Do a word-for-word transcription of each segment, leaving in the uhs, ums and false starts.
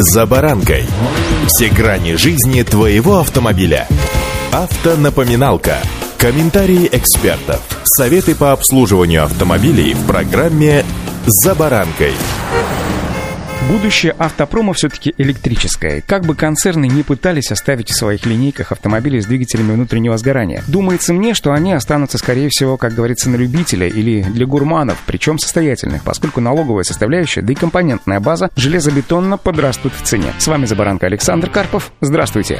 «За баранкой». Все грани жизни твоего автомобиля. Автонапоминалка. Комментарии экспертов. Советы по обслуживанию автомобилей в программе «За баранкой». Будущее автопрома все-таки электрическое. Как бы концерны не пытались оставить в своих линейках автомобили с двигателями внутреннего сгорания. Думается мне, что они останутся, скорее всего, как говорится, на любителя или для гурманов, причем состоятельных, поскольку налоговая составляющая, да и компонентная база железобетонно подрастут в цене. С вами «За баранкой» Александр Карпов. Здравствуйте.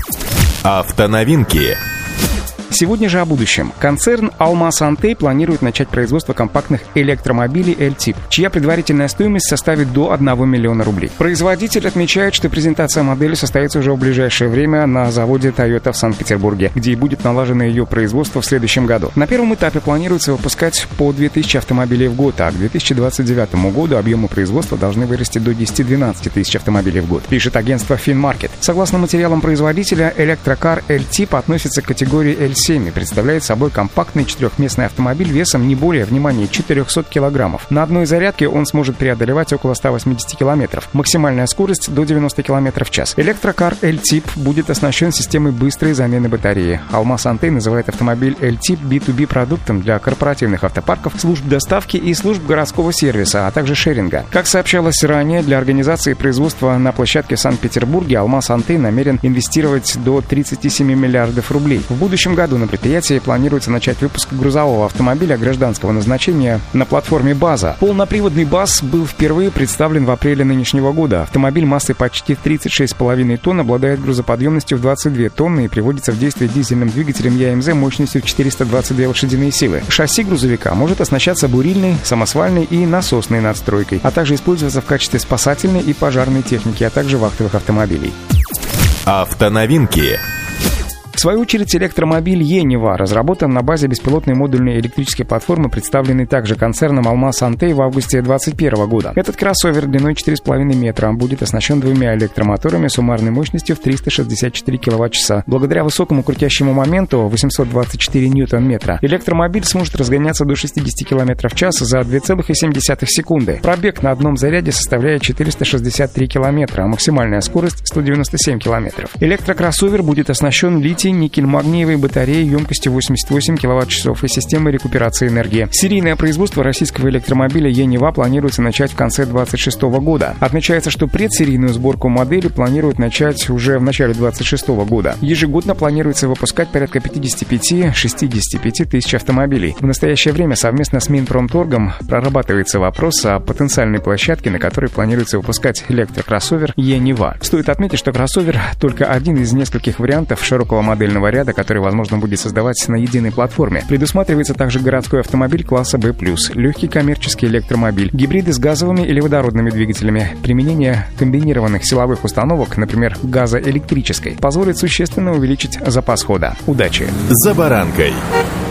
Автоновинки. Сегодня же о будущем. Концерн Almas Antey планирует начать производство компактных электромобилей L-Type, чья предварительная стоимость составит до одного миллиона рублей. Производитель отмечает, что презентация модели состоится уже в ближайшее время на заводе Toyota в Санкт-Петербурге, где и будет налажено ее производство в следующем году. На первом этапе планируется выпускать по две тысячи автомобилей в год, а к две тысячи двадцать девятому году объемы производства должны вырасти до десять-двенадцать тысяч автомобилей в год, пишет агентство FinMarket. Согласно материалам производителя, электрокар L-Type относится к категории L семь и представляет собой компактный четырехместный автомобиль весом не более, внимание, четыреста килограммов. На одной зарядке он сможет преодолевать около ста восьмидесяти километров. Максимальная скорость до девяноста километров в час. Электрокар L-Type будет оснащен системой быстрой замены батареи. Almas Antey называет автомобиль L-Type би ту би продуктом для корпоративных автопарков, служб доставки и служб городского сервиса, а также шеринга. Как сообщалось ранее, для организации производства на площадке в Санкт-Петербурге Almas Antey намерен инвестировать до тридцати семи миллиардов рублей. В будущем году на предприятии планируется начать выпуск грузового автомобиля гражданского назначения на платформе «База». Полноприводный БАЗ был впервые представлен в апреле нынешнего года. Автомобиль массой почти тридцать шесть целых пять тонн обладает грузоподъемностью в двадцать две тонны и приводится в действие дизельным двигателем ЯМЗ мощностью четыреста двадцать две лошадиные силы. Шасси грузовика может оснащаться бурильной, самосвальной и насосной надстройкой, а также использоваться в качестве спасательной и пожарной техники, а также вахтовых автомобилей. Автоновинки. В свою очередь, электромобиль Енива разработан на базе беспилотной модульной электрической платформы, представленной также концерном Almas Antey в августе две тысячи двадцать первого года. Этот кроссовер длиной четыре с половиной метра будет оснащен двумя электромоторами суммарной мощностью в триста шестьдесят четыре киловатт-часа. Благодаря высокому крутящему моменту восемьсот двадцать четыре ньютон-метра электромобиль сможет разгоняться до шестидесяти километров в час за две целых семь десятых секунды. Пробег на одном заряде составляет четыреста шестьдесят три километра, а максимальная скорость сто девяносто семь километров. Электрокроссовер будет оснащен литий никель-магниевой батареей емкостью восемьдесят восемь киловатт-часов и системой рекуперации энергии. Серийное производство российского электромобиля Енива планируется начать в конце две тысячи двадцать шестого года. Отмечается, что предсерийную сборку модели планируют начать уже в начале две тысячи двадцать шестого года. Ежегодно планируется выпускать порядка пятьдесят пять - шестьдесят пять тысяч автомобилей. В настоящее время совместно с Минпромторгом прорабатывается вопрос о потенциальной площадке, на которой планируется выпускать электрокроссовер Енива. Стоит отметить, что кроссовер только один из нескольких вариантов широкого модельного ряда, который возможно будет создавать на единой платформе. Предусматривается также городской автомобиль класса бэ плюс, легкий коммерческий электромобиль, гибриды с газовыми или водородными двигателями. Применение комбинированных силовых установок, например, газоэлектрической, позволит существенно увеличить запас хода. Удачи! За баранкой.